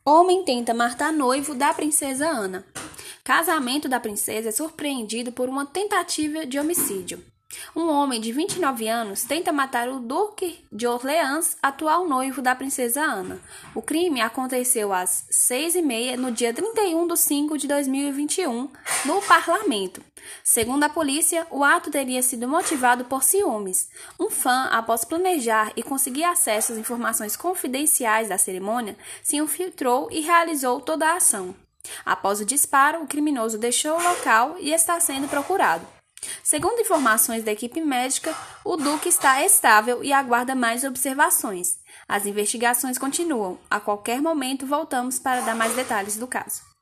Homem tenta matar noivo da princesa Ana. Casamento da princesa é surpreendido por uma tentativa de homicídio. Um homem de 29 anos tenta matar o Duque de Orleans, atual noivo da princesa Ana. O crime aconteceu às 6h30 no dia 31 de 5 de 2021, no parlamento. Segundo a polícia, o ato teria sido motivado por ciúmes. Um fã, após planejar e conseguir acesso às informações confidenciais da cerimônia, se infiltrou e realizou toda a ação. Após o disparo, o criminoso deixou o local e está sendo procurado. Segundo informações da equipe médica, o Duque está estável e aguarda mais observações. As investigações continuam. A qualquer momento voltamos para dar mais detalhes do caso.